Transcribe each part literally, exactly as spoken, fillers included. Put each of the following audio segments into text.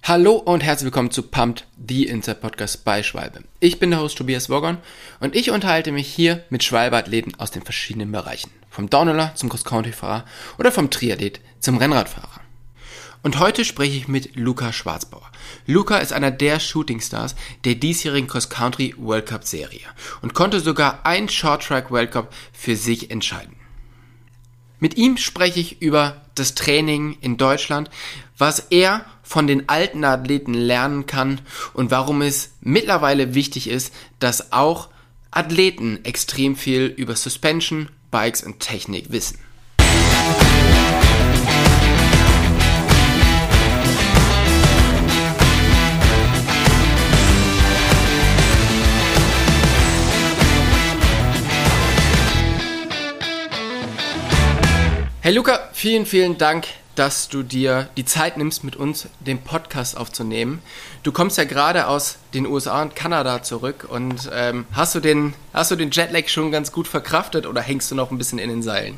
Hallo und herzlich willkommen zu Pumped, the Inside Podcast bei Schwalbe. Ich bin der Host Tobias Wogon und ich unterhalte mich hier mit Schwalbe-Athleten aus den verschiedenen Bereichen. Vom Downhiller zum Cross-Country-Fahrer oder vom Triathlet zum Rennradfahrer. Und heute spreche ich mit Luca Schwarzbauer. Luca ist einer der Shootingstars der diesjährigen Cross-Country World Cup Serie und konnte sogar ein Short-Track World Cup für sich entscheiden. Mit ihm spreche ich über das Training in Deutschland, was er von den alten Athleten lernen kann und warum es mittlerweile wichtig ist, dass auch Athleten extrem viel über Suspension, Bikes und Technik wissen. Hey Luca, vielen, vielen Dank, dass du dir die Zeit nimmst, mit uns den Podcast aufzunehmen. Du kommst ja gerade aus den U S A und Kanada zurück und ähm, hast du den, hast du den Jetlag schon ganz gut verkraftet oder hängst du noch ein bisschen in den Seilen?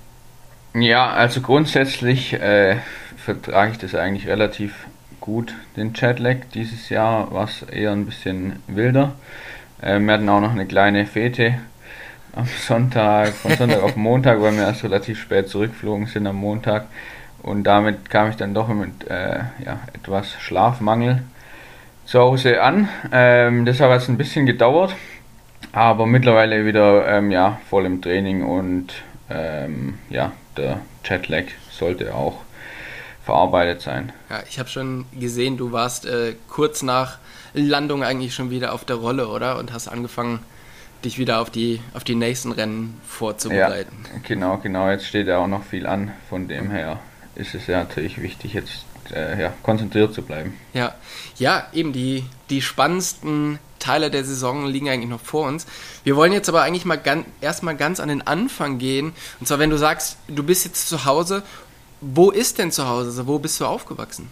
Ja, also grundsätzlich äh, vertrage ich das eigentlich relativ gut, den Jetlag. Dieses Jahr war es eher ein bisschen wilder. Äh, wir hatten auch noch eine kleine Fete am Sonntag, von Sonntag auf Montag, weil wir erst relativ spät zurückgeflogen sind am Montag. Und damit kam ich dann doch mit äh, ja, etwas Schlafmangel zu Hause an. Ähm, das hat jetzt ein bisschen gedauert, aber mittlerweile wieder ähm, ja, voll im Training und ähm, ja, der Jetlag sollte auch verarbeitet sein. Ja, ich habe schon gesehen, du warst äh, kurz nach Landung eigentlich schon wieder auf der Rolle, oder? Und hast angefangen, dich wieder auf die, auf die nächsten Rennen vorzubereiten. Ja, genau, genau. Jetzt steht ja auch noch viel an. Von dem her ist es ja natürlich wichtig, jetzt äh, ja, konzentriert zu bleiben. Ja, ja, eben die, die spannendsten Teile der Saison liegen eigentlich noch vor uns. Wir wollen jetzt aber eigentlich mal ganz, erstmal ganz an den Anfang gehen. Und zwar, wenn du sagst, du bist jetzt zu Hause, wo ist denn zu Hause? Also wo bist du aufgewachsen?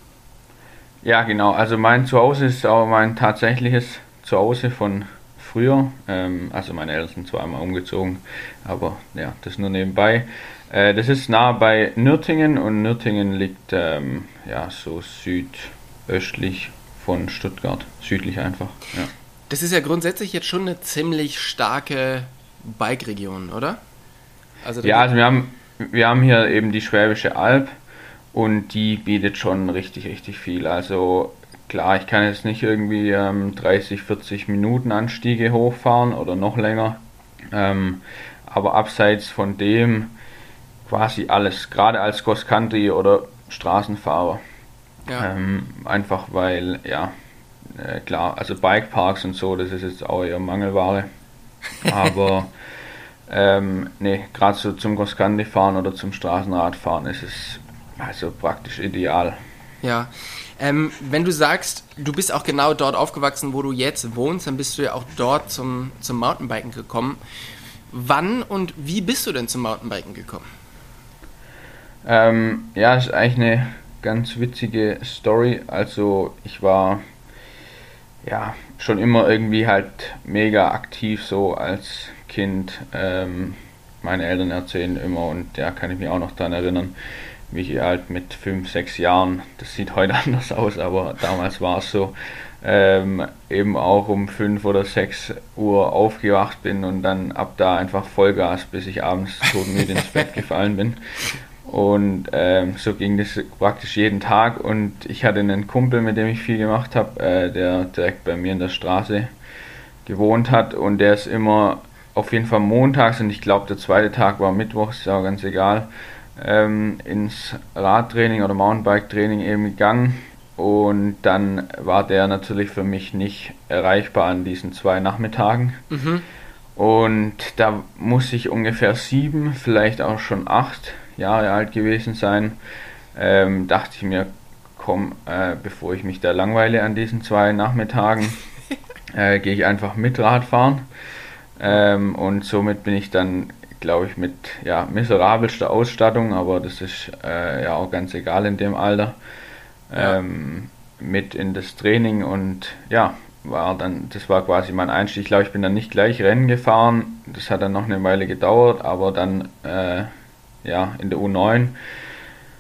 Ja, genau. Also mein Zuhause ist auch mein tatsächliches Zuhause von früher. Ähm, also meine Eltern sind zwar einmal umgezogen, aber ja, das nur nebenbei. Äh, das ist nah bei Nürtingen und Nürtingen liegt ähm, ja so südöstlich von Stuttgart, südlich einfach. Ja. Das ist ja grundsätzlich jetzt schon eine ziemlich starke Bike-Region, oder? Also ja, also wir haben, wir haben hier eben die Schwäbische Alb und die bietet schon richtig, richtig viel. Also klar, ich kann jetzt nicht irgendwie ähm, dreißig, vierzig Minuten Anstiege hochfahren oder noch länger, ähm, aber abseits von dem quasi alles, gerade als Cross-Country oder Straßenfahrer. Ja. Ähm, einfach weil, ja, äh, klar, also Bikeparks und so, das ist jetzt auch eher Mangelware, aber ähm, nee, gerade so zum Cross-Country fahren oder zum Straßenradfahren ist es also praktisch ideal. Ja, ähm, wenn du sagst, du bist auch genau dort aufgewachsen, wo du jetzt wohnst, dann bist du ja auch dort zum, zum Mountainbiken gekommen. Wann und wie bist du denn zum Mountainbiken gekommen? Ähm, ja, das ist eigentlich eine ganz witzige Story. Also ich war ja schon immer irgendwie halt mega aktiv so als Kind. Ähm, meine Eltern erzählen immer und ja, kann ich mich auch noch daran erinnern, wie ich halt mit fünf, sechs Jahren, das sieht heute anders aus, aber damals war es so, ähm, eben auch um fünf oder sechs Uhr aufgewacht bin und dann ab da einfach Vollgas, bis ich abends todmüde ins Bett gefallen bin. Und ähm, so ging das praktisch jeden Tag und ich hatte einen Kumpel, mit dem ich viel gemacht habe, äh, der direkt bei mir in der Straße gewohnt hat und der ist immer auf jeden Fall montags und ich glaube der zweite Tag war mittwochs, ist auch ganz egal, ähm, ins Radtraining oder Mountainbike-Training eben gegangen und dann war der natürlich für mich nicht erreichbar an diesen zwei Nachmittagen. Mhm. Und da muss ich ungefähr sieben, vielleicht auch schon acht Jahre alt gewesen sein. Ähm, dachte ich mir, komm, äh, bevor ich mich da langweile an diesen zwei Nachmittagen, äh, gehe ich einfach mit Radfahren. Ähm, und somit bin ich dann, glaube ich, mit ja, miserabelster Ausstattung, aber das ist äh, ja auch ganz egal in dem Alter, ähm, ja. mit in das Training und ja, war dann, das war quasi mein Einstieg. Ich glaube, ich bin dann nicht gleich Rennen gefahren, das hat dann noch eine Weile gedauert, aber dann äh, ja, in der U neun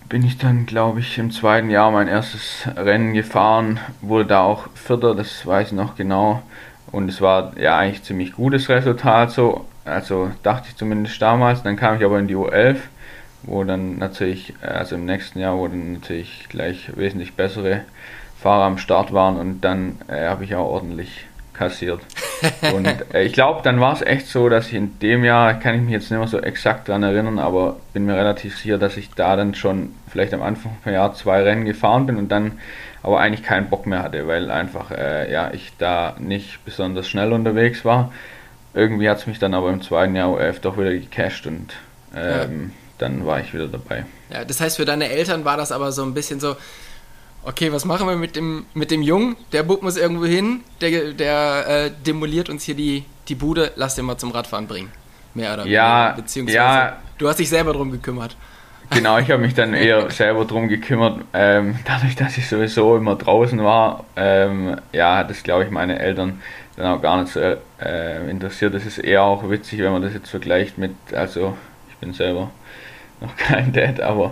bin ich dann, glaube ich, im zweiten Jahr mein erstes Rennen gefahren, wurde da auch Vierter, das weiß ich noch genau. Und es war ja eigentlich ziemlich gutes Resultat so, also dachte ich zumindest damals. Dann kam ich aber in die U elf, wo dann natürlich, also im nächsten Jahr, wo dann natürlich gleich wesentlich bessere Fahrer am Start waren und dann äh, habe ich auch ordentlich kassiert. Und äh, ich glaube, dann war es echt so, dass ich in dem Jahr, kann ich mich jetzt nicht mehr so exakt dran erinnern, aber bin mir relativ sicher, dass ich da dann schon vielleicht am Anfang vom Jahr zwei Rennen gefahren bin und dann aber eigentlich keinen Bock mehr hatte, weil einfach äh, ja ich da nicht besonders schnell unterwegs war. Irgendwie hat es mich dann aber im zweiten Jahr U elf doch wieder gecasht und ähm, ja. dann war ich wieder dabei. Ja, das heißt, für deine Eltern war das aber so ein bisschen so, okay, was machen wir mit dem, mit dem Jungen? Der Bub muss irgendwo hin, der, der äh, demoliert uns hier die, die Bude, lass den mal zum Radfahren bringen. Mehr oder ja, weniger. Beziehungsweise ja, du hast dich selber drum gekümmert. Genau, ich habe mich dann eher selber drum gekümmert. Ähm, dadurch, dass ich sowieso immer draußen war, ähm, ja, hat das, glaube ich, meine Eltern dann auch gar nicht so äh, interessiert. Das ist eher auch witzig, wenn man das jetzt vergleicht mit, also ich bin selber noch kein Dad, aber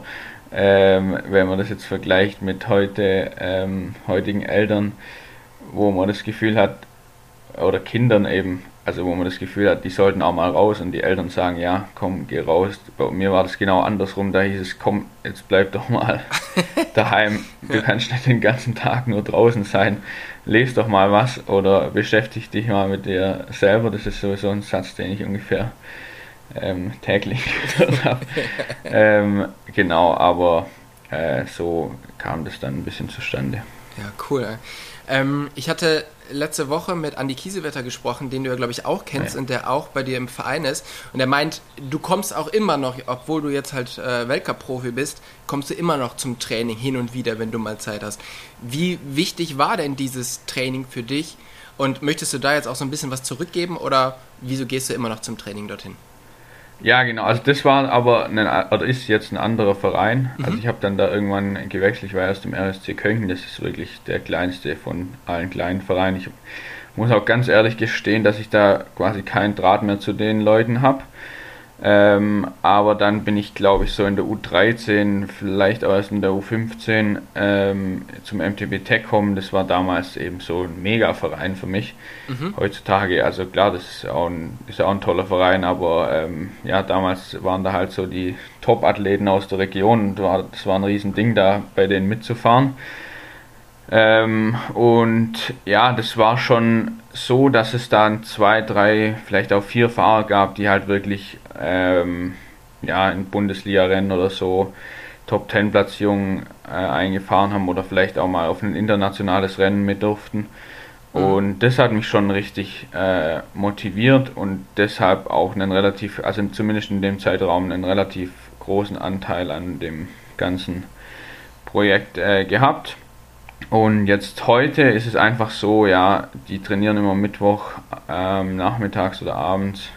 Ähm, wenn man das jetzt vergleicht mit heute, ähm, heutigen Eltern, wo man das Gefühl hat, oder Kindern eben, also wo man das Gefühl hat, die sollten auch mal raus und die Eltern sagen, ja, komm, geh raus. Bei mir war das genau andersrum, da hieß es, komm, jetzt bleib doch mal daheim, du kannst nicht den ganzen Tag nur draußen sein, lese doch mal was oder beschäftige dich mal mit dir selber. Das ist sowieso ein Satz, den ich ungefähr Ähm, täglich gehört habe. ähm, genau, aber äh, so kam das dann ein bisschen zustande. Ja, cool. Ähm, ich hatte letzte Woche mit Andi Kiesewetter gesprochen, den du ja, glaube ich, auch kennst ja. Und der auch bei dir im Verein ist. Und er meint, du kommst auch immer noch, obwohl du jetzt halt äh, Weltcup-Profi bist, kommst du immer noch zum Training hin und wieder, wenn du mal Zeit hast. Wie wichtig war denn dieses Training für dich? Und möchtest du da jetzt auch so ein bisschen was zurückgeben oder wieso gehst du immer noch zum Training dorthin? Ja, genau. Also das war aber ein, oder ist jetzt ein anderer Verein. Mhm. Also ich habe dann da irgendwann gewechselt. Ich war erst im R S C Köln. Das ist wirklich der kleinste von allen kleinen Vereinen. Ich muss auch ganz ehrlich gestehen, dass ich da quasi keinen Draht mehr zu den Leuten habe. Ähm, aber dann bin ich, glaube ich, so in der U dreizehn, vielleicht auch erst in der U fünfzehn ähm, zum M T B Tech kommen. Das war damals eben so ein Mega-Verein für mich. Mhm. Heutzutage, also klar, das ist auch ein, ist auch ein toller Verein, aber ähm, ja, damals waren da halt so die Top-Athleten aus der Region und war, das war ein Riesending, da bei denen mitzufahren. Ähm, und ja, das war schon so, dass es dann zwei, drei, vielleicht auch vier Fahrer gab, die halt wirklich ähm, ja, in Bundesliga-Rennen oder so Top zehn Platzierungen äh, eingefahren haben oder vielleicht auch mal auf ein internationales Rennen mit durften. Mhm. Und das hat mich schon richtig äh, motiviert und deshalb auch einen relativ, also zumindest in dem Zeitraum, einen relativ großen Anteil an dem ganzen Projekt äh, gehabt. Und jetzt heute ist es einfach so, ja, die trainieren immer Mittwoch ähm, nachmittags oder abends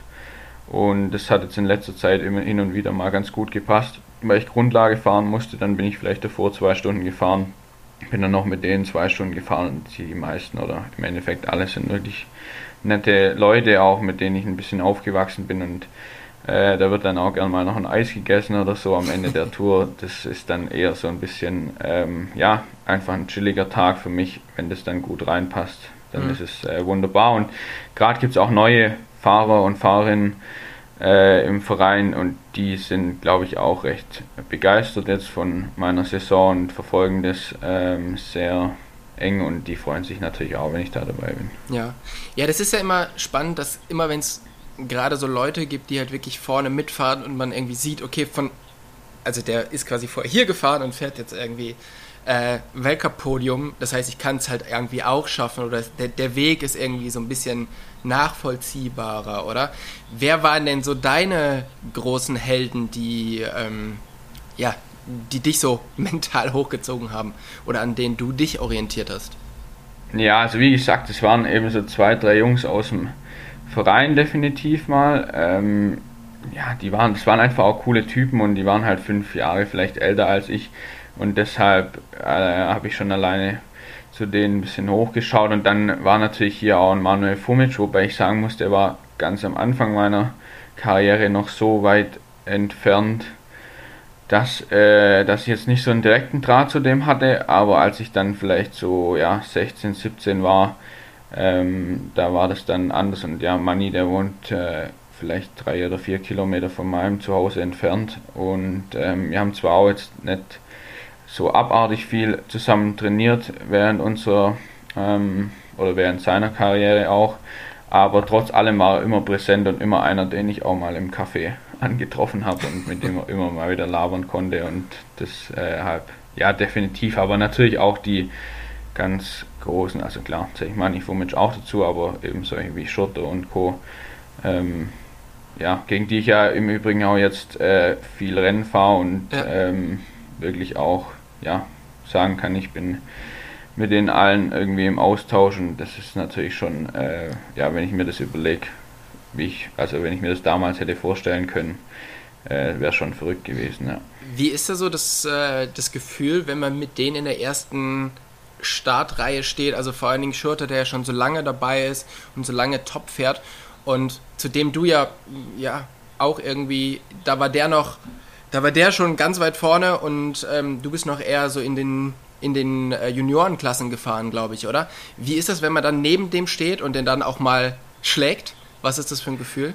und das hat jetzt in letzter Zeit immer hin und wieder mal ganz gut gepasst, weil ich Grundlage fahren musste, dann bin ich vielleicht davor zwei Stunden gefahren, bin dann noch mit denen zwei Stunden gefahren und die meisten oder im Endeffekt alle sind wirklich nette Leute auch, mit denen ich ein bisschen aufgewachsen bin und Äh, da wird dann auch gerne mal noch ein Eis gegessen oder so am Ende der Tour. Das ist dann eher so ein bisschen, ähm, ja, einfach ein chilliger Tag für mich. Wenn das dann gut reinpasst, dann mhm. ist es äh, wunderbar. Und gerade gibt es auch neue Fahrer und Fahrerinnen äh, im Verein und die sind, glaube ich, auch recht begeistert jetzt von meiner Saison und verfolgen das ähm, sehr eng und die freuen sich natürlich auch, wenn ich da dabei bin. Ja, ja, das ist ja immer spannend, dass immer wenn es gerade so Leute gibt, die halt wirklich vorne mitfahren und man irgendwie sieht, okay, von, also der ist quasi vorher hier gefahren und fährt jetzt irgendwie äh, Weltcup-Podium, das heißt, ich kann es halt irgendwie auch schaffen oder der, der Weg ist irgendwie so ein bisschen nachvollziehbarer, oder? Wer waren denn so deine großen Helden, die, ähm, ja, die dich so mental hochgezogen haben oder an denen du dich orientiert hast? Ja, also wie gesagt, es waren eben so zwei, drei Jungs aus dem Verein definitiv mal. Ähm, ja, die waren, das waren einfach auch coole Typen und die waren halt fünf Jahre vielleicht älter als ich und deshalb äh, habe ich schon alleine zu denen ein bisschen hochgeschaut und dann war natürlich hier auch ein Manuel Fumic, wobei ich sagen muss, der war ganz am Anfang meiner Karriere noch so weit entfernt, dass, äh, dass ich jetzt nicht so einen direkten Draht zu dem hatte, aber als ich dann vielleicht so ja, sechzehn, siebzehn war, ähm, da war das dann anders. Und ja, Manni, der wohnt äh, vielleicht drei oder vier Kilometer von meinem Zuhause entfernt, und ähm, wir haben zwar auch jetzt nicht so abartig viel zusammen trainiert während unserer ähm, oder während seiner Karriere auch, aber trotz allem war er immer präsent und immer einer, den ich auch mal im Café angetroffen habe und mit dem er immer mal wieder labern konnte, und deshalb, ja, definitiv, aber natürlich auch die ganz großen, also klar, zähle ich Manni Fumic auch dazu, aber eben solche wie Schurter und Co., ähm, ja, gegen die ich ja im Übrigen auch jetzt äh, viel Rennen fahre und ja. ähm, wirklich auch, ja, sagen kann, ich bin mit denen allen irgendwie im Austausch, und das ist natürlich schon, äh, ja, wenn ich mir das überlege, wie ich, also wenn ich mir das damals hätte vorstellen können, äh, wäre schon verrückt gewesen, ja. Wie ist da so das, äh, das Gefühl, wenn man mit denen in der ersten Startreihe steht, also vor allen Dingen Schurter, der ja schon so lange dabei ist und so lange top fährt, und zu dem du ja, ja auch irgendwie, da war der noch, da war der schon ganz weit vorne, und ähm, du bist noch eher so in den in den äh, Juniorenklassen gefahren, glaube ich, oder? Wie ist das, wenn man dann neben dem steht und den dann auch mal schlägt? Was ist das für ein Gefühl?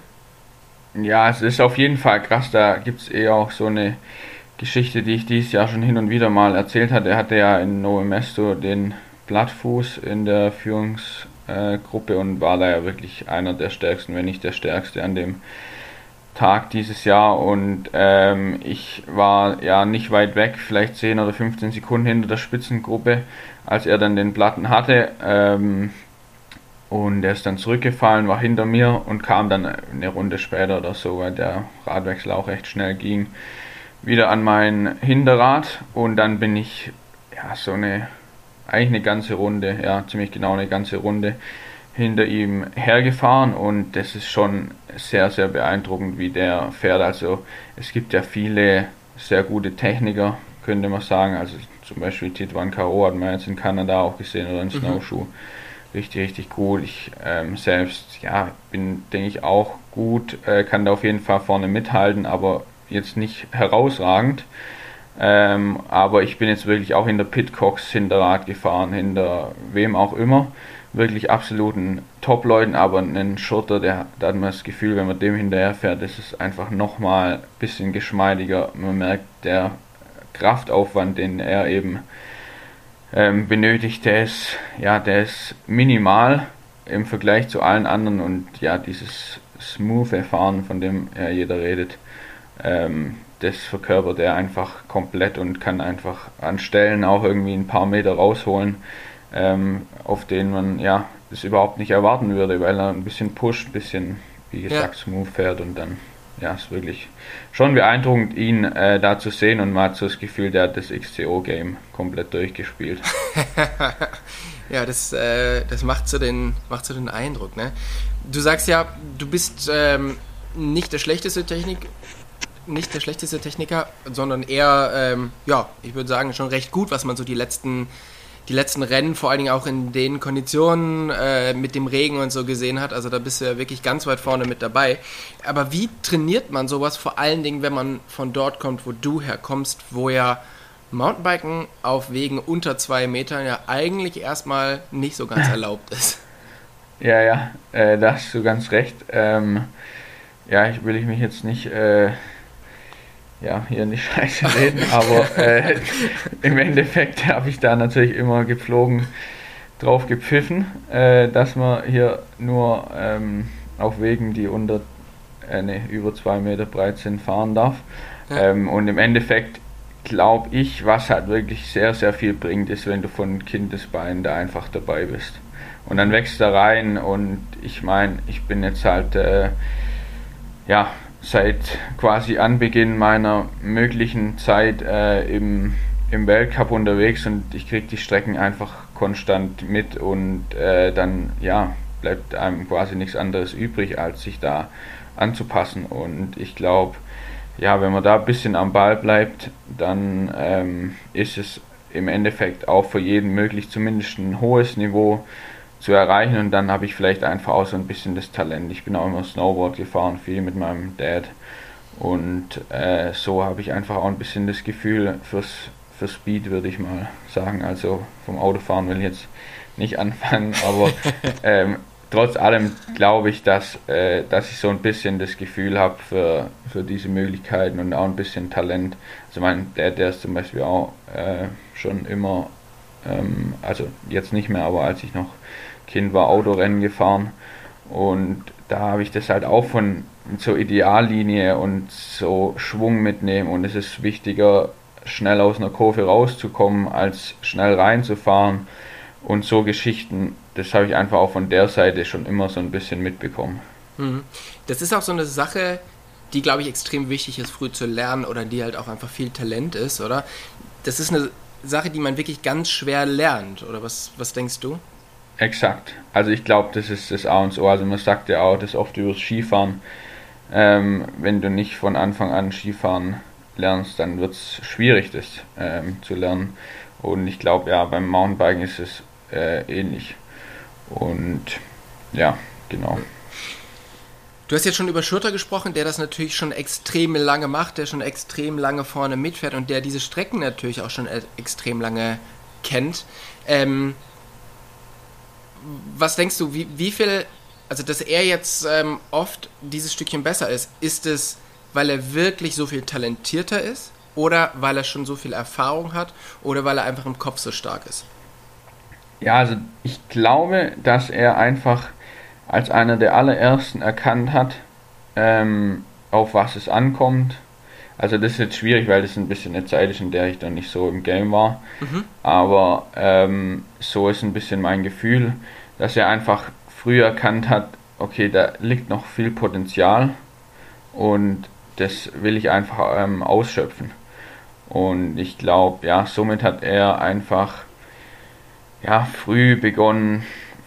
Ja, es ist auf jeden Fall krass. Da gibt es eh auch so eine Geschichte, die ich dieses Jahr schon hin und wieder mal erzählt hatte. Er hatte ja in Nove Mesto den Plattfuß in der Führungsgruppe äh, und war da ja wirklich einer der stärksten, wenn nicht der stärkste an dem Tag dieses Jahr, und ähm, ich war ja nicht weit weg, vielleicht zehn oder fünfzehn Sekunden hinter der Spitzengruppe, als er dann den Platten hatte, ähm, und er ist dann zurückgefallen, war hinter mir und kam dann eine Runde später oder so, weil der Radwechsel auch recht schnell ging, wieder an mein Hinterrad, und dann bin ich ja so eine, eigentlich eine ganze Runde, ja ziemlich genau eine ganze Runde hinter ihm hergefahren, und das ist schon sehr, sehr beeindruckend, wie der fährt. Also es gibt ja viele sehr gute Techniker, könnte man sagen, also zum Beispiel Titouan Caro hat man jetzt in Kanada auch gesehen, oder in Snowshoe, mhm. richtig, richtig gut. Ich ähm, selbst, ja, bin, denke ich, auch gut, äh, kann da auf jeden Fall vorne mithalten, aber jetzt nicht herausragend. Ähm, aber ich bin jetzt wirklich auch hinter Pitcocks Hinterrad gefahren, hinter wem auch immer, wirklich absoluten Top-Leuten, aber einen Schurter, der, da hat man das Gefühl, wenn man dem hinterher fährt, das ist einfach nochmal ein bisschen geschmeidiger. Man merkt, der Kraftaufwand, den er eben ähm, benötigt, der ist, ja, der ist minimal im Vergleich zu allen anderen, und ja, dieses smooth Fahren, von dem ja jeder redet, ähm, das verkörpert er einfach komplett und kann einfach an Stellen auch irgendwie ein paar Meter rausholen, ähm, auf denen man ja das überhaupt nicht erwarten würde, weil er ein bisschen pusht, ein bisschen, wie gesagt, ja. smooth fährt, und dann, ja, ist wirklich schon beeindruckend, ihn äh, da zu sehen, und man hat so das Gefühl, der hat das X C O-Game komplett durchgespielt. Ja, das, äh, das macht so den, macht so den Eindruck, ne? Du sagst ja, du bist ähm, nicht der schlechteste Technik, nicht der schlechteste Techniker, sondern eher, ähm, ja, ich würde sagen, schon recht gut, was man so die letzten, die letzten Rennen, vor allen Dingen auch in den Konditionen äh, mit dem Regen und so gesehen hat. Also da bist du ja wirklich ganz weit vorne mit dabei. Aber wie trainiert man sowas, vor allen Dingen, wenn man von dort kommt, wo du herkommst, wo ja Mountainbiken auf Wegen unter zwei Metern ja eigentlich erstmal nicht so ganz erlaubt ist? Ja, ja, äh, da hast du ganz recht. Ähm, ja, ich will ich mich jetzt nicht... Äh ja, hier nicht scheiße reden, aber äh, im Endeffekt habe ich da natürlich immer gepflogen drauf gepfiffen, äh, dass man hier nur ähm, auf Wegen, die unter äh, ne, über zwei Meter breit sind, fahren darf. Ja. Ähm, und im Endeffekt glaube ich, was halt wirklich sehr, sehr viel bringt, ist, wenn du von Kindesbeinen da einfach dabei bist. Und dann wächst da rein, und ich meine, ich bin jetzt halt äh, ja seit quasi Anbeginn meiner möglichen Zeit äh, im, im Weltcup unterwegs, und ich kriege die Strecken einfach konstant mit, und äh, dann ja bleibt einem quasi nichts anderes übrig, als sich da anzupassen. Und ich glaube, ja, wenn man da ein bisschen am Ball bleibt, dann ähm, ist es im Endeffekt auch für jeden möglich, zumindest ein hohes Niveau zu erreichen, und dann habe ich vielleicht einfach auch so ein bisschen das Talent. Ich bin auch immer Snowboard gefahren, viel mit meinem Dad, Und äh, so habe ich einfach auch ein bisschen das Gefühl fürs, für Speed, würde ich mal sagen. Also vom Autofahren will ich jetzt nicht anfangen, aber ähm, trotz allem glaube ich, dass, äh, dass ich so ein bisschen das Gefühl habe für, für diese Möglichkeiten und auch ein bisschen Talent. Also mein Dad, der ist zum Beispiel auch äh, schon immer, ähm, also jetzt nicht mehr, aber als ich noch Kind war, Autorennen gefahren. Und da habe ich das halt auch von so Ideallinie und so Schwung mitnehmen. Und es ist wichtiger, schnell aus einer Kurve rauszukommen, als schnell reinzufahren. Und so Geschichten, das habe ich einfach auch von der Seite schon immer so ein bisschen mitbekommen. Das ist auch so eine Sache, die, glaube ich, extrem wichtig ist, früh zu lernen oder die halt auch einfach viel Talent ist, oder? Das ist eine Sache, die man wirklich ganz schwer lernt, oder was, was denkst du? Exakt. Also ich glaube, das ist das A und O. Also man sagt ja auch das oft über das Skifahren. Ähm, wenn du nicht von Anfang an Skifahren lernst, dann wird es schwierig, das ähm, zu lernen. Und ich glaube, ja, beim Mountainbiken ist es äh, ähnlich. Und ja, genau. Du hast jetzt schon über Schurter gesprochen, der das natürlich schon extrem lange macht, der schon extrem lange vorne mitfährt und der diese Strecken natürlich auch schon extrem lange kennt. Ähm, was denkst du, wie, wie viel, also dass er jetzt ähm, oft dieses Stückchen besser ist, ist es, weil er wirklich so viel talentierter ist oder weil er schon so viel Erfahrung hat oder weil er einfach im Kopf so stark ist? Ja, also ich glaube, dass er einfach als einer der allerersten erkannt hat, ähm, auf was es ankommt. Also das ist jetzt schwierig, weil das ein bisschen eine Zeit ist, in der ich dann nicht so im Game war. Mhm. Aber ähm, so ist ein bisschen mein Gefühl, dass er einfach früh erkannt hat, okay, da liegt noch viel Potenzial und das will ich einfach ähm, ausschöpfen. Und ich glaube, ja, somit hat er einfach ja, früh begonnen,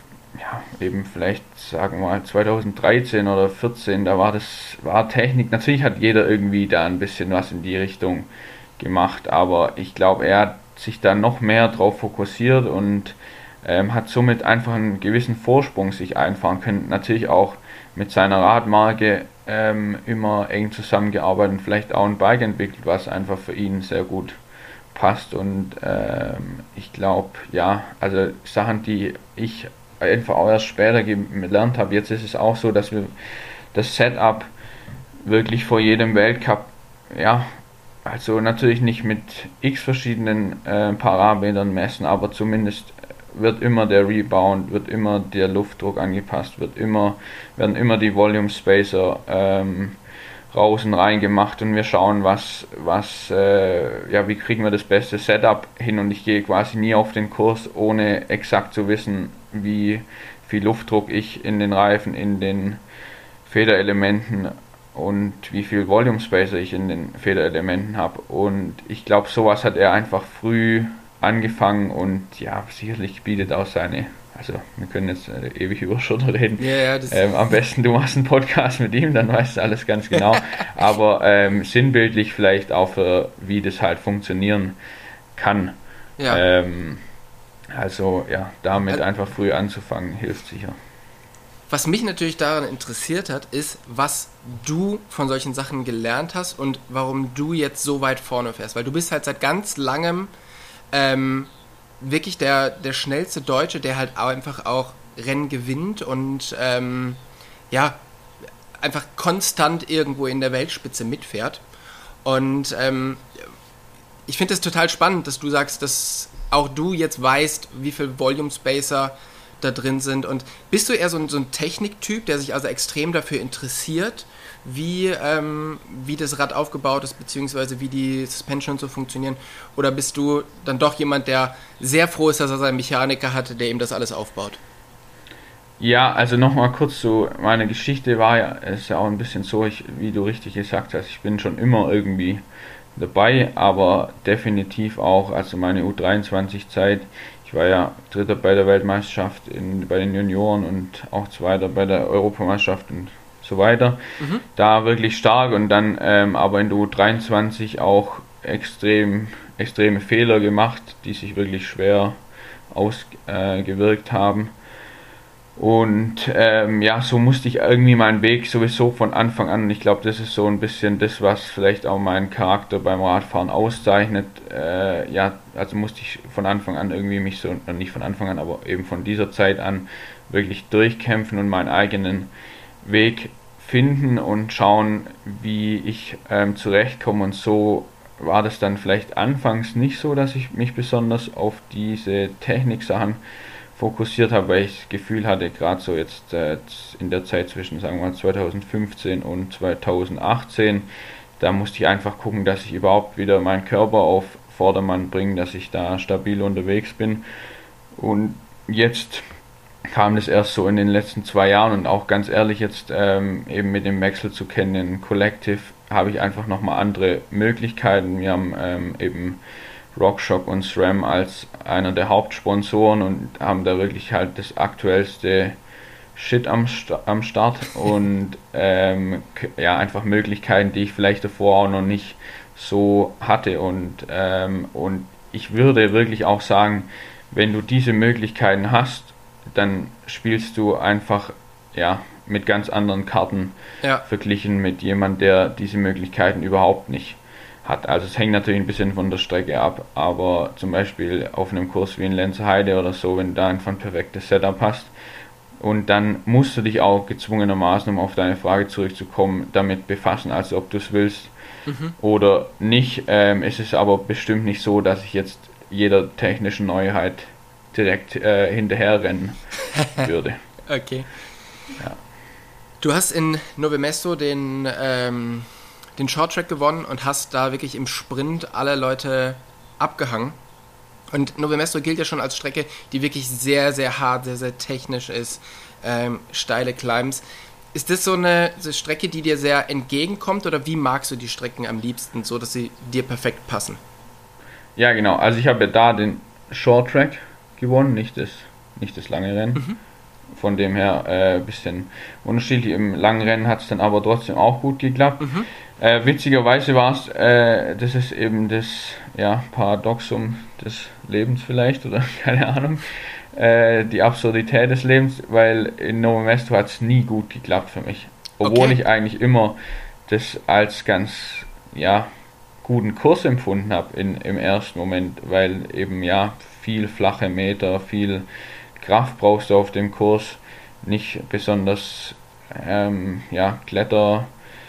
ja, eben vielleicht sagen wir mal zweitausenddreizehn oder vierzehn, da war das, war Technik, natürlich hat jeder irgendwie da ein bisschen was in die Richtung gemacht, aber ich glaube, er hat sich da noch mehr drauf fokussiert und ähm, hat somit einfach einen gewissen Vorsprung sich einfahren können. Natürlich auch mit seiner Radmarke ähm, immer eng zusammengearbeitet und vielleicht auch ein Bike entwickelt, was einfach für ihn sehr gut passt und ähm, ich glaube, ja, also Sachen, die ich einfach auch erst später gelernt habe. Jetzt ist es auch so, dass wir das Setup wirklich vor jedem Weltcup, ja, also natürlich nicht mit x verschiedenen äh, Parametern messen, aber zumindest wird immer der Rebound, wird immer der Luftdruck angepasst, wird immer, werden immer die Volume Spacer ähm, raus und rein gemacht und wir schauen, was, was, äh, ja, wie kriegen wir das beste Setup hin und ich gehe quasi nie auf den Kurs, ohne exakt zu wissen, wie viel Luftdruck ich in den Reifen, in den Federelementen und wie viel Volume Spacer ich in den Federelementen habe und ich glaube, sowas hat er einfach früh angefangen und ja, sicherlich bietet auch seine, also wir können jetzt äh, ewig über Schurter reden, ja, ja, das ähm, am besten du machst einen Podcast mit ihm, dann weißt du alles ganz genau, aber ähm, sinnbildlich vielleicht auch für, wie das halt funktionieren kann. Ja. Ähm, also ja, damit einfach früh anzufangen, hilft sicher. Was mich natürlich daran interessiert hat, ist, was du von solchen Sachen gelernt hast und warum du jetzt so weit vorne fährst, weil du bist halt seit ganz langem ähm, wirklich der, der schnellste Deutsche, der halt auch einfach auch Rennen gewinnt und ähm, ja, einfach konstant irgendwo in der Weltspitze mitfährt. Und ähm, ich finde es total spannend, dass du sagst, dass auch du jetzt weißt, wie viel Volume Spacer da drin sind. Und bist du eher so ein, so ein Techniktyp, der sich also extrem dafür interessiert, wie, ähm, wie das Rad aufgebaut ist, beziehungsweise wie die Suspensions so funktionieren? Oder bist du dann doch jemand, der sehr froh ist, dass er seinen Mechaniker hatte, der ihm das alles aufbaut? Ja, also nochmal kurz zu meiner Geschichte war ja, es ist ja auch ein bisschen so, ich, wie du richtig gesagt hast, ich bin schon immer irgendwie dabei, aber definitiv auch, also meine U dreiundzwanzig-Zeit, ich war ja Dritter bei der Weltmeisterschaft in, bei den Junioren und auch Zweiter bei der Europameisterschaft und so weiter. Mhm. Da wirklich stark und dann ähm, aber in der U dreiundzwanzig auch extrem, extreme Fehler gemacht, die sich wirklich schwer ausgewirkt äh, haben. Und ähm, ja, so musste ich irgendwie meinen Weg sowieso von Anfang an, und ich glaube, das ist so ein bisschen das, was vielleicht auch meinen Charakter beim Radfahren auszeichnet. Äh, ja, also musste ich von Anfang an irgendwie mich so, nicht von Anfang an, aber eben von dieser Zeit an wirklich durchkämpfen und meinen eigenen Weg finden und schauen, wie ich ähm, zurechtkomme. Und so war das dann vielleicht anfangs nicht so, dass ich mich besonders auf diese Techniksachen fokussiert habe, weil ich das Gefühl hatte, gerade so jetzt äh, in der Zeit zwischen, sagen wir mal, zwanzig fünfzehn und zwanzig achtzehn, da musste ich einfach gucken, dass ich überhaupt wieder meinen Körper auf Vordermann bringe, dass ich da stabil unterwegs bin. Und jetzt kam das erst so in den letzten zwei Jahren, und auch ganz ehrlich jetzt ähm, eben mit dem Wechsel zu Canyon Collective habe ich einfach nochmal andere Möglichkeiten. Wir haben ähm, eben RockShox und SRAM als einer der Hauptsponsoren und haben da wirklich halt das aktuellste Shit am, St- am Start und ähm, ja, einfach Möglichkeiten, die ich vielleicht davor auch noch nicht so hatte, und, ähm, und ich würde wirklich auch sagen, wenn du diese Möglichkeiten hast, dann spielst du einfach ja, mit ganz anderen Karten ja. verglichen mit jemand, der diese Möglichkeiten überhaupt nicht hat. Also es hängt natürlich ein bisschen von der Strecke ab, aber zum Beispiel auf einem Kurs wie in Lenzerheide oder so, wenn du da einfach ein perfektes Setup hast, und dann musst du dich auch gezwungenermaßen, um auf deine Frage zurückzukommen, damit befassen, also ob du es willst mhm. oder nicht. Ähm, es ist aber bestimmt nicht so, dass ich jetzt jeder technischen Neuheit direkt äh, hinterherrennen würde. Okay. Ja. Du hast in Nove Mesto den ähm den Shorttrack gewonnen und hast da wirklich im Sprint alle Leute abgehangen. Und Nove Mesto gilt ja schon als Strecke, die wirklich sehr, sehr hart, sehr, sehr technisch ist. Ähm, steile Climbs. Ist das so eine, so eine Strecke, die dir sehr entgegenkommt, oder wie magst du die Strecken am liebsten, so dass sie dir perfekt passen? Ja, genau. Also ich habe ja da den Shorttrack gewonnen, nicht das, nicht das lange Rennen. Mhm. Von dem her ein äh, bisschen unterschiedlich. Im langen Rennen hat es dann aber trotzdem auch gut geklappt. Mhm. Äh, witzigerweise war es, äh, das ist eben das ja, Paradoxum des Lebens vielleicht, oder keine Ahnung, äh, die Absurdität des Lebens, weil in Nove Mesto hat es nie gut geklappt für mich. Obwohl okay. ich eigentlich immer das als ganz ja, guten Kurs empfunden habe im ersten Moment, weil eben ja viel flache Meter, viel Kraft brauchst du auf dem Kurs, nicht besonders ähm, ja, Kletter,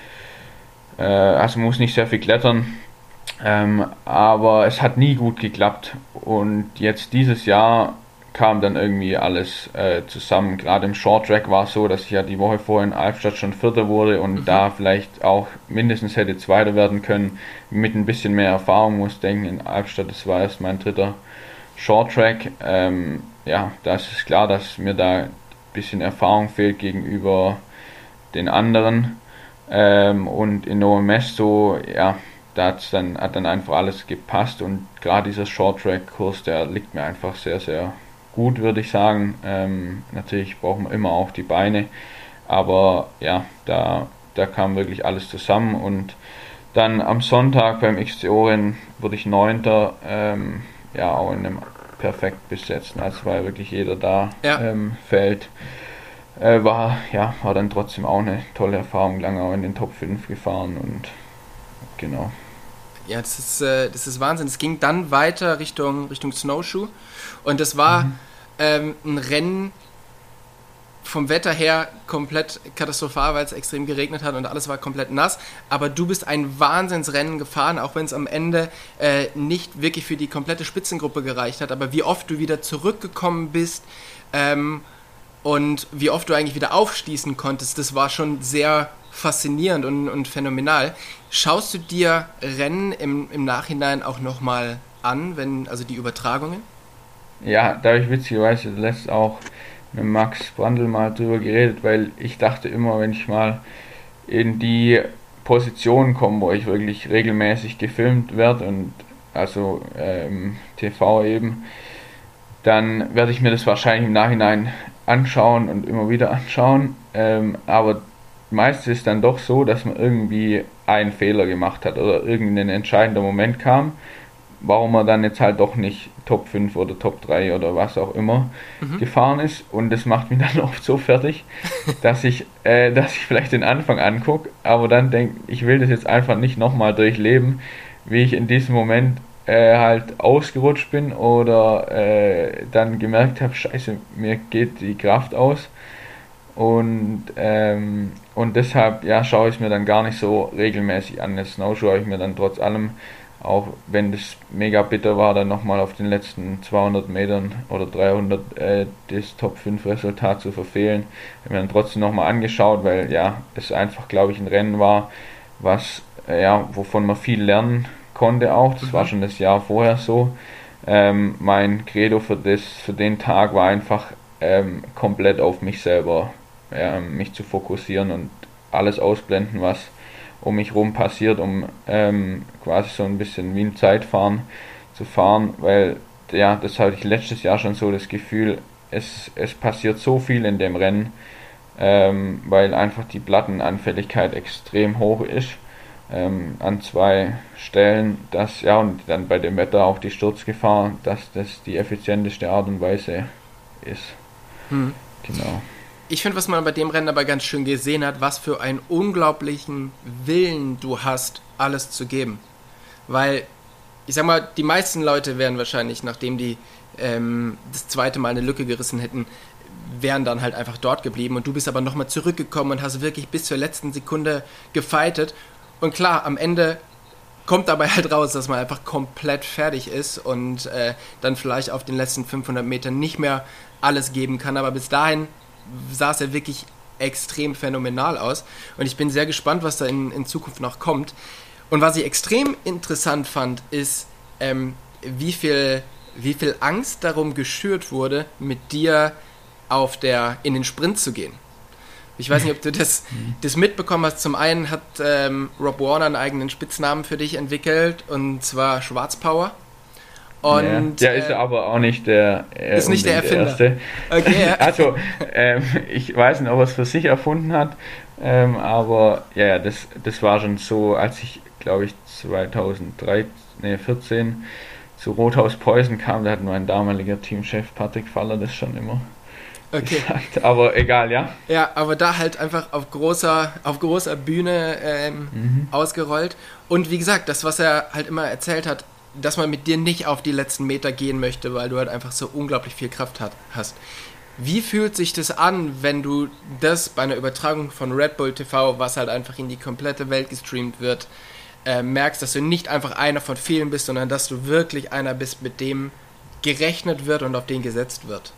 äh, also muss nicht sehr viel klettern, ähm, aber es hat nie gut geklappt, und jetzt dieses Jahr kam dann irgendwie alles äh, zusammen. Gerade im Shorttrack war es so, dass ich ja die Woche vorher in Albstadt schon Vierter wurde und mhm. da vielleicht auch mindestens hätte Zweiter werden können, mit ein bisschen mehr Erfahrung. Muss denken, in Albstadt, das war erst mein dritter Shorttrack, ähm, ja, da ist es klar, dass mir da ein bisschen Erfahrung fehlt gegenüber den anderen, ähm, und in Nove Mesto, ja, da hat's dann, hat dann einfach alles gepasst, und gerade dieser Shorttrack-Kurs, der liegt mir einfach sehr, sehr gut, würde ich sagen. Ähm, natürlich brauchen wir immer auch die Beine, aber ja, da, da kam wirklich alles zusammen, und dann am Sonntag beim X C O-Rennen wurde ich Neunter, ähm, ja, auch in einem perfekt besetzten, also war ja wirklich jeder da, ja. ähm, Feld. Äh, war, ja, war dann trotzdem auch eine tolle Erfahrung, lange auch in den Top fünf gefahren, und genau. Ja, das ist, äh, das ist Wahnsinn. Es ging dann weiter Richtung, Richtung Snowshoe, und das war mhm. ähm, ein Rennen vom Wetter her komplett katastrophal, weil es extrem geregnet hat und alles war komplett nass, aber du bist ein Wahnsinnsrennen gefahren, auch wenn es am Ende äh, nicht wirklich für die komplette Spitzengruppe gereicht hat, aber wie oft du wieder zurückgekommen bist ähm, und wie oft du eigentlich wieder aufschließen konntest, das war schon sehr faszinierend und, und phänomenal. Schaust du dir Rennen im, im Nachhinein auch nochmal an, wenn, also die Übertragungen? Ja, da habe ich witzigerweise letzt auch mit Max Brandl mal drüber geredet, weil ich dachte immer, wenn ich mal in die Position komme, wo ich wirklich regelmäßig gefilmt werde, und also ähm, T V eben, dann werde ich mir das wahrscheinlich im Nachhinein anschauen und immer wieder anschauen, ähm, aber meistens ist es dann doch so, dass man irgendwie einen Fehler gemacht hat oder irgendein entscheidender Moment kam, warum er dann jetzt halt doch nicht Top fünf oder Top drei oder was auch immer mhm. gefahren ist. Und das macht mich dann oft so fertig, dass ich, äh, dass ich vielleicht den Anfang angucke, aber dann denke, ich will das jetzt einfach nicht nochmal durchleben, wie ich in diesem Moment äh, halt ausgerutscht bin oder äh, dann gemerkt habe, scheiße, mir geht die Kraft aus. Und, ähm, und deshalb ja, schaue ich es mir dann gar nicht so regelmäßig an. Das Snowshoe habe ich mir dann trotz allem, auch wenn das mega bitter war, dann nochmal auf den letzten zweihundert Metern oder dreihundert äh, das Top fünf Resultat zu verfehlen, habe mir dann trotzdem nochmal angeschaut, weil ja, es einfach, glaube ich, ein Rennen war, was äh, ja, wovon man viel lernen konnte auch. Das mhm. war schon das Jahr vorher so. Ähm, mein Credo für, das, für den Tag war einfach ähm, komplett auf mich selber Ja, mich zu fokussieren und alles ausblenden, was um mich rum passiert, um ähm, quasi so ein bisschen wie ein Zeitfahren zu fahren, weil ja, das hatte ich letztes Jahr schon so das Gefühl, es, es passiert so viel in dem Rennen, ähm, weil einfach die Plattenanfälligkeit extrem hoch ist ähm, an zwei Stellen, dass ja und dann bei dem Wetter auch die Sturzgefahr, dass das die effizienteste Art und Weise ist. Hm. Genau. Ich finde, was man bei dem Rennen aber ganz schön gesehen hat, was für einen unglaublichen Willen du hast, alles zu geben. Weil, ich sag mal, die meisten Leute wären wahrscheinlich, nachdem die ähm, das zweite Mal eine Lücke gerissen hätten, wären dann halt einfach dort geblieben. Und du bist aber nochmal zurückgekommen und hast wirklich bis zur letzten Sekunde gefightet. Und klar, am Ende kommt dabei halt raus, dass man einfach komplett fertig ist und äh, dann vielleicht auf den letzten fünfhundert Metern nicht mehr alles geben kann. Aber bis dahin sah es ja wirklich extrem phänomenal aus und ich bin sehr gespannt, was da in, in Zukunft noch kommt. Und was ich extrem interessant fand, ist, ähm, wie viel, wie viel Angst darum geschürt wurde, mit dir auf der, in den Sprint zu gehen. Ich weiß nicht, ob du das, das mitbekommen hast. Zum einen hat ähm, Rob Warner einen eigenen Spitznamen für dich entwickelt, und zwar Schwarzpower. Und, ja, ist äh, aber auch nicht der, äh, ist nicht der Erfinder. Der okay, ja. Also, ähm, ich weiß nicht, ob er es für sich erfunden hat, ähm, aber ja, das, das war schon so, als ich, glaube ich, zweitausenddreizehn, nee, vierzehn zu Rothaus Preußen kam, da hat mein damaliger Teamchef Patrick Faller das schon immer okay. gesagt, aber egal, ja. Ja, aber da halt einfach auf großer, auf großer Bühne ähm, mhm. ausgerollt. Und wie gesagt, das, was er halt immer erzählt hat, dass man mit dir nicht auf die letzten Meter gehen möchte, weil du halt einfach so unglaublich viel Kraft hat, hast. Wie fühlt sich das an, wenn du das bei einer Übertragung von Red Bull T V, was halt einfach in die komplette Welt gestreamt wird, äh, merkst, dass du nicht einfach einer von vielen bist, sondern dass du wirklich einer bist, mit dem gerechnet wird und auf den gesetzt wird?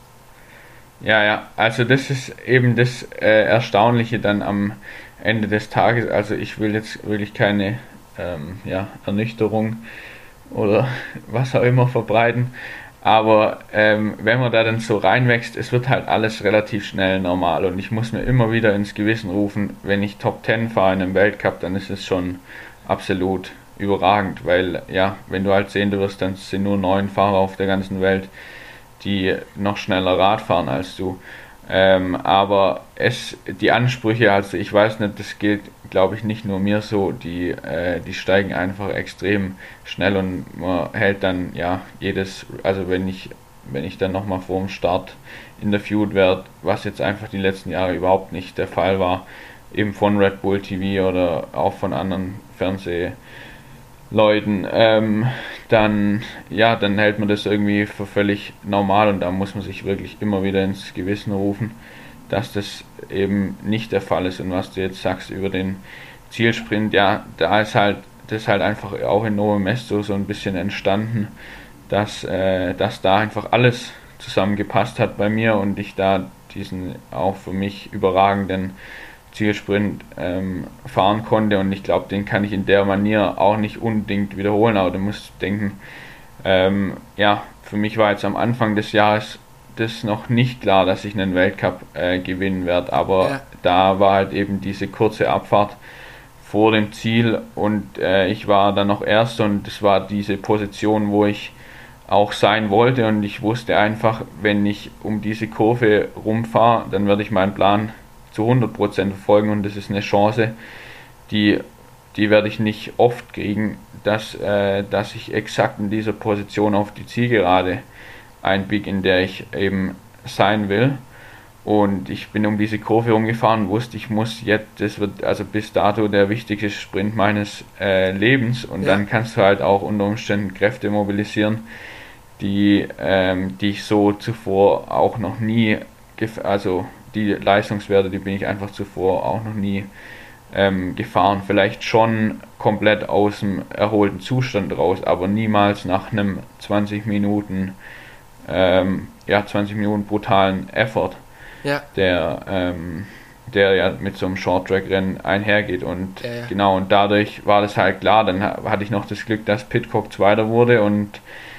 Ja, ja, also das ist eben das äh, Erstaunliche dann am Ende des Tages. Also ich will jetzt wirklich keine ähm, ja, Ernüchterung oder was auch immer verbreiten, aber ähm, wenn man da dann so reinwächst, es wird halt alles relativ schnell normal und ich muss mir immer wieder ins Gewissen rufen, wenn ich Top zehn fahre in einem Weltcup, dann ist es schon absolut überragend, weil ja, wenn du halt sehen wirst, dann sind nur neun Fahrer auf der ganzen Welt, die noch schneller Rad fahren als du. Ähm, aber es, die Ansprüche, also ich weiß nicht, das gilt, glaube ich, nicht nur mir so, die, äh, die steigen einfach extrem schnell und man hält dann, ja, jedes, also wenn ich, wenn ich dann nochmal vor dem Start interviewt werde, was jetzt einfach die letzten Jahre überhaupt nicht der Fall war, eben von Red Bull T V oder auch von anderen Fernseh Leuten, ähm, dann, ja, dann hält man das irgendwie für völlig normal und da muss man sich wirklich immer wieder ins Gewissen rufen, dass das eben nicht der Fall ist. Und was du jetzt sagst über den Zielsprint, ja, da ist halt, das ist halt einfach auch in Nove Mesto so ein bisschen entstanden, dass, äh, dass da einfach alles zusammengepasst hat bei mir und ich da diesen auch für mich überragenden Zielsprint ähm, fahren konnte und ich glaube, den kann ich in der Manier auch nicht unbedingt wiederholen, aber du musst denken, ähm, ja, für mich war jetzt am Anfang des Jahres das noch nicht klar, dass ich einen Weltcup äh, gewinnen werde, aber ja. Da war halt eben diese kurze Abfahrt vor dem Ziel und äh, ich war dann noch Erster und das war diese Position, wo ich auch sein wollte und ich wusste einfach, wenn ich um diese Kurve rumfahre, dann werde ich meinen Plan zu hundert Prozent verfolgen und das ist eine Chance, die die werde ich nicht oft kriegen, dass, äh, dass ich exakt in dieser Position auf die Zielgerade einbiege, in der ich eben sein will. Und ich bin um diese Kurve rumgefahren, wusste, ich muss jetzt, das wird also bis dato der wichtigste Sprint meines äh, Lebens. Und ja. Dann kannst du halt auch unter Umständen Kräfte mobilisieren, die, ähm, die ich so zuvor auch noch nie, gef- also die Leistungswerte, die bin ich einfach zuvor auch noch nie ähm, gefahren. Vielleicht schon komplett aus dem erholten Zustand raus, aber niemals nach einem zwanzig Minuten, ähm, ja, zwanzig Minuten brutalen Effort. Ja. Der, ähm, der ja mit so einem Short-Track-Rennen einhergeht und ja, ja. genau, und dadurch war das halt klar, dann hatte ich noch das Glück, dass Pidcock Zweiter wurde und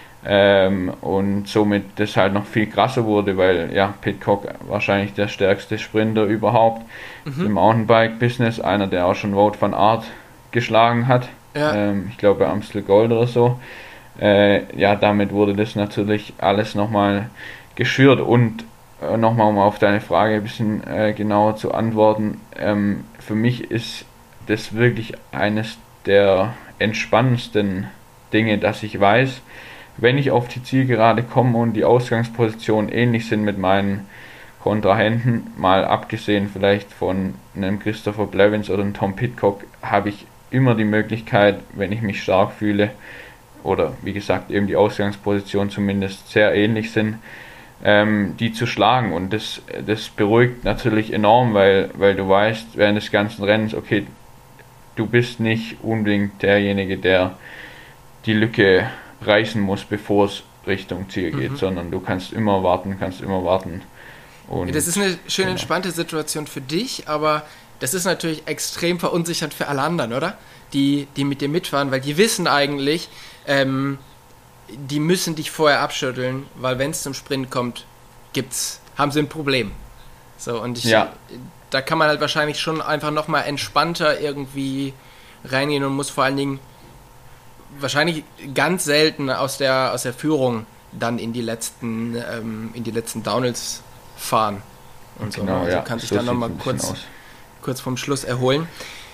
ähm, und somit das halt noch viel krasser wurde, weil ja, Pidcock wahrscheinlich der stärkste Sprinter überhaupt mhm. im Mountainbike-Business, einer, der auch schon Wout van Aert geschlagen hat, ja. ähm, ich glaube bei Amstel Gold oder so, äh, ja, damit wurde das natürlich alles nochmal geschürt und nochmal, um auf deine Frage ein bisschen äh, genauer zu antworten, ähm, für mich ist das wirklich eines der entspannendsten Dinge, dass ich weiß, wenn ich auf die Zielgerade komme und die Ausgangspositionen ähnlich sind mit meinen Kontrahenten, mal abgesehen vielleicht von einem Christopher Blevins oder einem Tom Pidcock, habe ich immer die Möglichkeit, wenn ich mich stark fühle oder wie gesagt eben die Ausgangspositionen zumindest sehr ähnlich sind, Ähm, die zu schlagen, und das, das beruhigt natürlich enorm, weil, weil du weißt während des ganzen Rennens, okay, du bist nicht unbedingt derjenige, der die Lücke reißen muss, bevor es Richtung Ziel geht, mhm. sondern du kannst immer warten, kannst immer warten. Und das ist eine schön entspannte Situation für dich, aber das ist natürlich extrem verunsichernd für alle anderen, oder? Die, die mit dir mitfahren, weil die wissen eigentlich, ähm, die müssen dich vorher abschütteln, weil wenn es zum Sprint kommt, gibt's, haben sie ein Problem. So, und ich, ja. da kann man halt wahrscheinlich schon einfach nochmal entspannter irgendwie reingehen und muss vor allen Dingen wahrscheinlich ganz selten aus der, aus der Führung dann in die letzten, ähm, in die letzten Downhills fahren. Und genau, so, also ja, kann sich so dann nochmal kurz, kurz vorm Schluss erholen.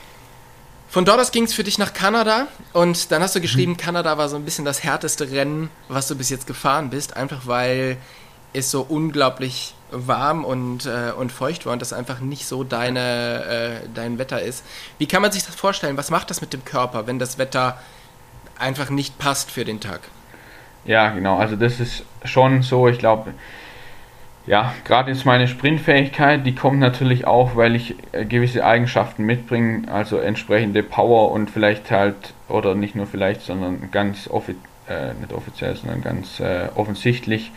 Von dort aus ging es für dich nach Kanada und dann hast du geschrieben, mhm. Kanada war so ein bisschen das härteste Rennen, was du bis jetzt gefahren bist, einfach weil es so unglaublich warm und, äh, und feucht war und das einfach nicht so deine, äh, dein Wetter ist. Wie kann man sich das vorstellen? Was macht das mit dem Körper, wenn das Wetter einfach nicht passt für den Tag? Ja, genau, also das ist schon so, ich glaube, ja, gerade jetzt meine Sprintfähigkeit, die kommt natürlich auch, weil ich äh, gewisse Eigenschaften mitbringe, also entsprechende Power und vielleicht halt, oder nicht nur vielleicht, sondern ganz offi- äh, nicht offiziell, sondern ganz äh, offensichtlich,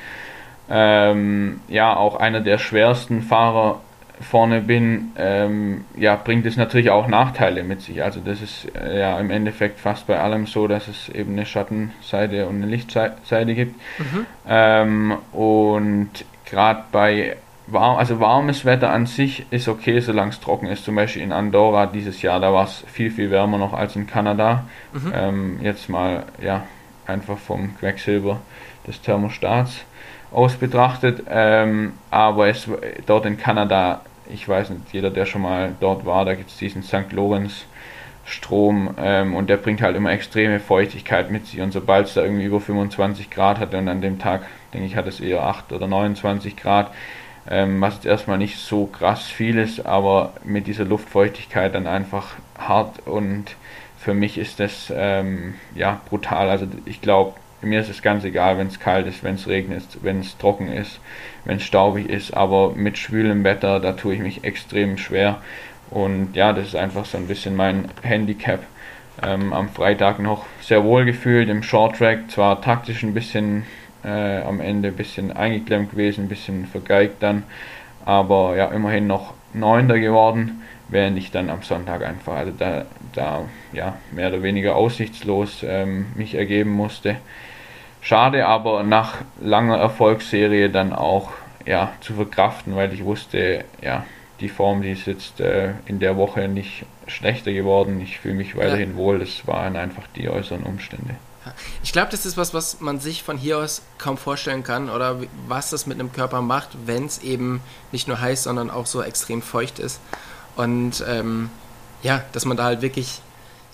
ähm, ja, auch einer der schwersten Fahrer vorne bin, ähm, ja, bringt es natürlich auch Nachteile mit sich. Also das ist äh, ja im Endeffekt fast bei allem so, dass es eben eine Schattenseite und eine Lichtseite gibt. Mhm. Ähm, und gerade bei warm, also warmes Wetter an sich ist okay, solange es trocken ist. Zum Beispiel in Andorra dieses Jahr, da war es viel, viel wärmer noch als in Kanada. Mhm. Ähm, jetzt mal ja einfach vom Quecksilber des Thermostats aus betrachtet. Ähm, aber es dort in Kanada, ich weiß nicht, jeder, der schon mal dort war, da gibt es diesen Sankt Lorenz Strom ähm, und der bringt halt immer extreme Feuchtigkeit mit sich, und sobald es da irgendwie über fünfundzwanzig Grad hatte, und an dem Tag, denke ich, hat es eher acht oder neunundzwanzig Grad, ähm, was jetzt erstmal nicht so krass viel ist, aber mit dieser Luftfeuchtigkeit dann einfach hart, und für mich ist das ähm, ja brutal. Also ich glaube, mir ist es ganz egal, wenn es kalt ist, wenn es regnet, wenn es trocken ist, wenn es staubig ist, aber mit schwülem Wetter, da tue ich mich extrem schwer. Und ja, das ist einfach so ein bisschen mein Handicap. Ähm, am Freitag noch sehr wohl gefühlt im Short-Track, zwar taktisch ein bisschen äh, am Ende ein bisschen eingeklemmt gewesen, ein bisschen vergeigt dann, aber ja, immerhin noch Neunter geworden, während ich dann am Sonntag einfach, also da, da ja, mehr oder weniger aussichtslos ähm, mich ergeben musste. Schade, aber nach langer Erfolgsserie dann auch ja, zu verkraften, weil ich wusste, ja, die Form, die ist jetzt äh, in der Woche nicht schlechter geworden. Ich fühle mich weiterhin ja. wohl. Das waren einfach die äußeren Umstände. Ich glaube, das ist was, was man sich von hier aus kaum vorstellen kann, oder was das mit einem Körper macht, wenn es eben nicht nur heiß, sondern auch so extrem feucht ist. Und ähm, ja, dass man da halt wirklich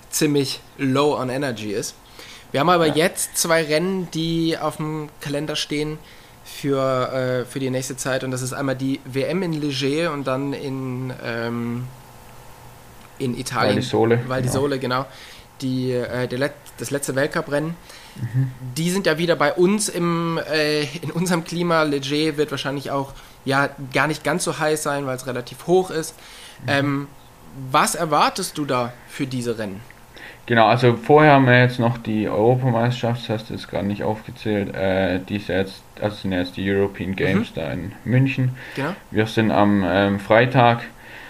ziemlich low on energy ist. Wir haben aber ja. jetzt zwei Rennen, die auf dem Kalender stehen für, äh, für die nächste Zeit. Und das ist einmal die W M in Ligier und dann in, ähm, in Italien. Val di Sole. Val di Sole, genau. genau. Die, äh, der Let- das letzte Weltcuprennen. Mhm. Die sind ja wieder bei uns im, äh, in unserem Klima. Ligier wird wahrscheinlich auch ja, gar nicht ganz so heiß sein, weil es relativ hoch ist. Mhm. Ähm, was erwartest du da für diese Rennen? Genau, also vorher haben wir jetzt noch die Europameisterschaft, das hast du jetzt gerade nicht aufgezählt, äh, die ist jetzt, also sind jetzt die European Games mhm. da in München. Genau. Wir sind am ähm, Freitag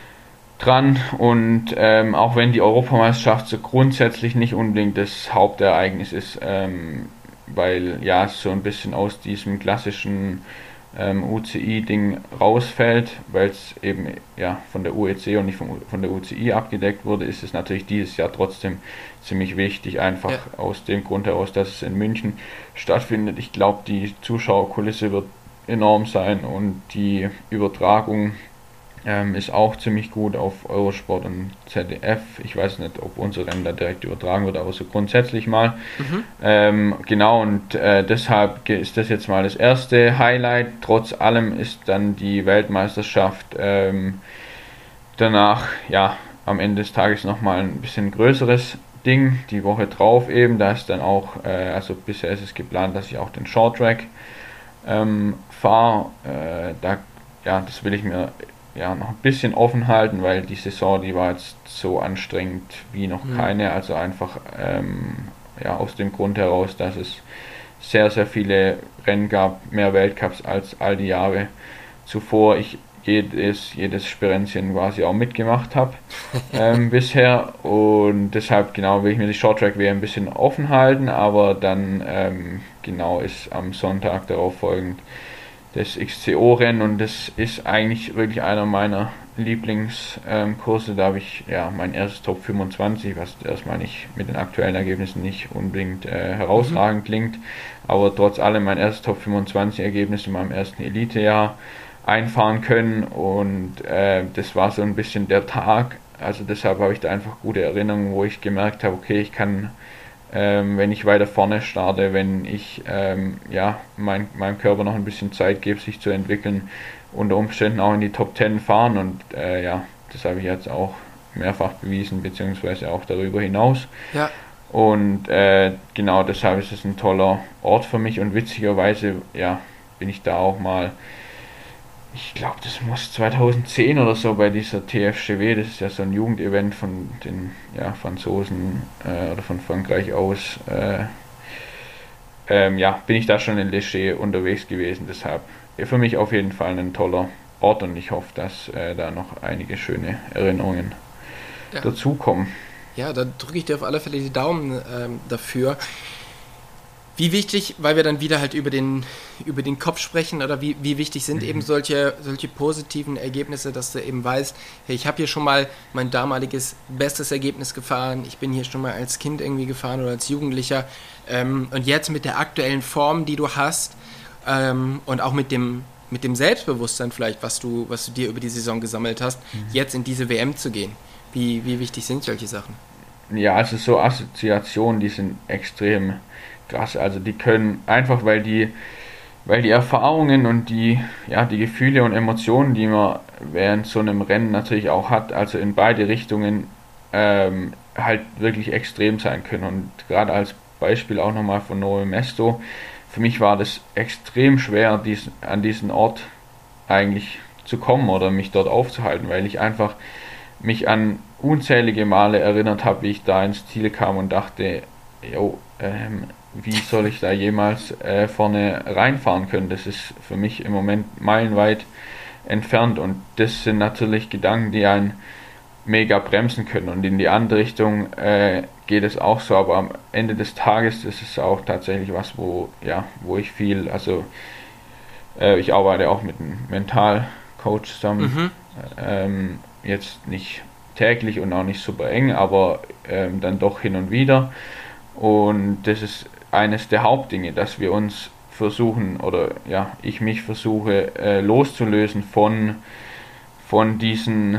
dran und ähm, auch wenn die Europameisterschaft so grundsätzlich nicht unbedingt das Hauptereignis ist, ähm, weil ja es so ein bisschen aus diesem klassischen ähm, U C I-Ding rausfällt, weil es eben ja von der U E C und nicht von, von der U C I abgedeckt wurde, ist es natürlich dieses Jahr trotzdem ziemlich wichtig, einfach ja. aus dem Grund heraus, dass es in München stattfindet. Ich glaube, die Zuschauerkulisse wird enorm sein und die Übertragung ähm, ist auch ziemlich gut auf Eurosport und Z D F. Ich weiß nicht, ob unser Rennen da direkt übertragen wird, aber so grundsätzlich mal. Mhm. Ähm, genau, und äh, deshalb ist das jetzt mal das erste Highlight. Trotz allem ist dann die Weltmeisterschaft ähm, danach, ja, am Ende des Tages nochmal ein bisschen größeres Ding. Die Woche drauf eben, da ist dann auch, äh, also bisher ist es geplant, dass ich auch den Short Track ähm, fahre. Äh, da, ja, das will ich mir ja noch ein bisschen offen halten, weil die Saison, die war jetzt so anstrengend wie noch mhm. keine, also einfach ähm, ja, aus dem Grund heraus, dass es sehr, sehr viele Rennen gab, mehr Weltcups als all die Jahre zuvor. Ich jedes, jedes Spirenzchen quasi auch mitgemacht habe ähm, bisher und deshalb genau will ich mir die Short Track W M ein bisschen offen halten, aber dann ähm, genau ist am Sonntag darauf folgend das X C O-Rennen und das ist eigentlich wirklich einer meiner Lieblingskurse. Ähm, da habe ich ja mein erstes Top fünfundzwanzig, was erstmal nicht mit den aktuellen Ergebnissen nicht unbedingt äh, herausragend mhm. klingt, aber trotz allem mein erstes Top fünfundzwanzig Ergebnis in meinem ersten Elite-Jahr einfahren können und äh, das war so ein bisschen der Tag, also deshalb habe ich da einfach gute Erinnerungen, wo ich gemerkt habe, okay, ich kann Ähm, wenn ich weiter vorne starte, wenn ich ähm, ja, mein, meinem Körper noch ein bisschen Zeit gebe, sich zu entwickeln, unter Umständen auch in die Top zehn fahren und äh, ja, das habe ich jetzt auch mehrfach bewiesen, beziehungsweise auch darüber hinaus. Ja. Und äh, genau deshalb ist es ein toller Ort für mich und witzigerweise ja, bin ich da auch mal, ich glaube, das muss zweitausendzehn oder so bei dieser T F G W, das ist ja so ein Jugendevent von den ja, Franzosen äh, oder von Frankreich aus, äh, ähm, ja, bin ich da schon in Ligier unterwegs gewesen. Deshalb ja, für mich auf jeden Fall ein toller Ort und ich hoffe, dass äh, da noch einige schöne Erinnerungen ja. dazukommen. Ja, da drücke ich dir auf alle Fälle die Daumen ähm, dafür. Wie wichtig, weil wir dann wieder halt über den, über den Kopf sprechen, oder wie, wie wichtig sind mhm. eben solche, solche positiven Ergebnisse, dass du eben weißt, hey, ich habe hier schon mal mein damaliges bestes Ergebnis gefahren, ich bin hier schon mal als Kind irgendwie gefahren oder als Jugendlicher ähm, und jetzt mit der aktuellen Form, die du hast ähm, und auch mit dem, mit dem Selbstbewusstsein vielleicht, was du, was du dir über die Saison gesammelt hast, mhm. jetzt in diese W M zu gehen. Wie, wie wichtig sind solche Sachen? Ja, also so Assoziationen, die sind extrem krass, also die können einfach, weil die, weil die Erfahrungen und die, ja, die Gefühle und Emotionen, die man während so einem Rennen natürlich auch hat, also in beide Richtungen ähm, halt wirklich extrem sein können. Und gerade als Beispiel auch nochmal von Nove Mesto, für mich war das extrem schwer, dies, an diesen Ort eigentlich zu kommen oder mich dort aufzuhalten, weil ich einfach mich an unzählige Male erinnert habe, wie ich da ins Ziel kam und dachte, jo, ähm, wie soll ich da jemals äh, vorne reinfahren können? Das ist für mich im Moment meilenweit entfernt und das sind natürlich Gedanken, die einen mega bremsen können und in die andere Richtung äh, geht es auch so, aber am Ende des Tages ist es auch tatsächlich was, wo, ja, wo ich viel, also äh, ich arbeite auch mit einem Mentalcoach zusammen, mhm. ähm, jetzt nicht täglich und auch nicht super eng, aber ähm, dann doch hin und wieder und das ist eines der Hauptdinge, dass wir uns versuchen oder ja, ich mich versuche äh, loszulösen von, von diesen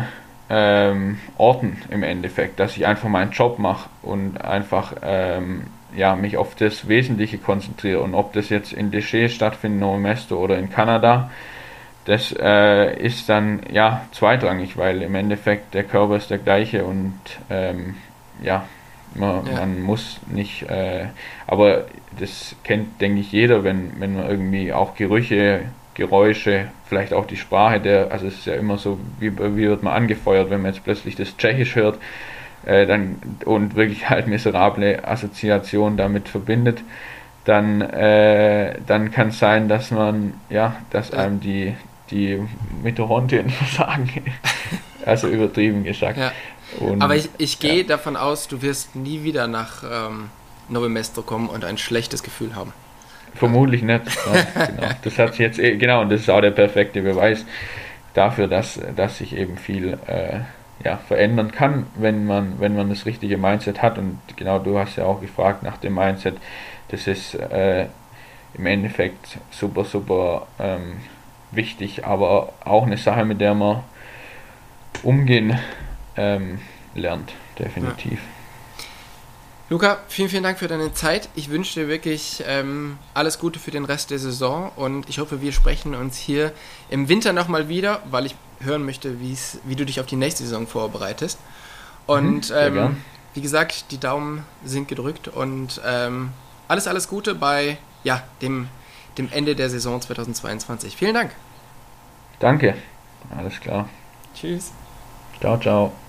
ähm, Orten im Endeffekt, dass ich einfach meinen Job mache und einfach ähm, ja, mich auf das Wesentliche konzentriere. Und ob das jetzt in Deschamps stattfindet, Nové Mesto oder in Kanada, das äh, ist dann ja zweitrangig, weil im Endeffekt der Körper ist der gleiche und ähm, ja, man, ja, man muss nicht, äh, aber das kennt, denke ich, jeder, wenn, wenn man irgendwie auch Gerüche, Geräusche, vielleicht auch die Sprache, der, also es ist ja immer so, wie, wie wird man angefeuert, wenn man jetzt plötzlich das Tschechisch hört, äh, dann und wirklich halt miserable Assoziationen damit verbindet, dann, äh, dann kann es sein, dass man, ja, dass ja. einem die, die Mitochondrien versagen, also übertrieben gesagt. Ja. Und, aber ich, ich gehe ja. davon aus, du wirst nie wieder nach ähm, Nové Mesto kommen und ein schlechtes Gefühl haben. Vermutlich nicht. Ja, genau. Das hat sich jetzt eh, genau, und das ist auch der perfekte Beweis dafür, dass, dass sich eben viel äh, ja, verändern kann, wenn man, wenn man das richtige Mindset hat. Und genau, du hast ja auch gefragt nach dem Mindset. Das ist äh, im Endeffekt super, super ähm, wichtig, aber auch eine Sache, mit der man umgehen ähm, lernt, definitiv. Ja. Luca, vielen, vielen Dank für deine Zeit. Ich wünsche dir wirklich ähm, alles Gute für den Rest der Saison und ich hoffe, wir sprechen uns hier im Winter nochmal wieder, weil ich hören möchte, wie's, wie du dich auf die nächste Saison vorbereitest. Und mhm, ähm, wie gesagt, die Daumen sind gedrückt und ähm, alles, alles Gute bei ja, dem, dem Ende der Saison zweitausendzweiundzwanzig. Vielen Dank. Danke, alles klar. Tschüss. Ciao, ciao.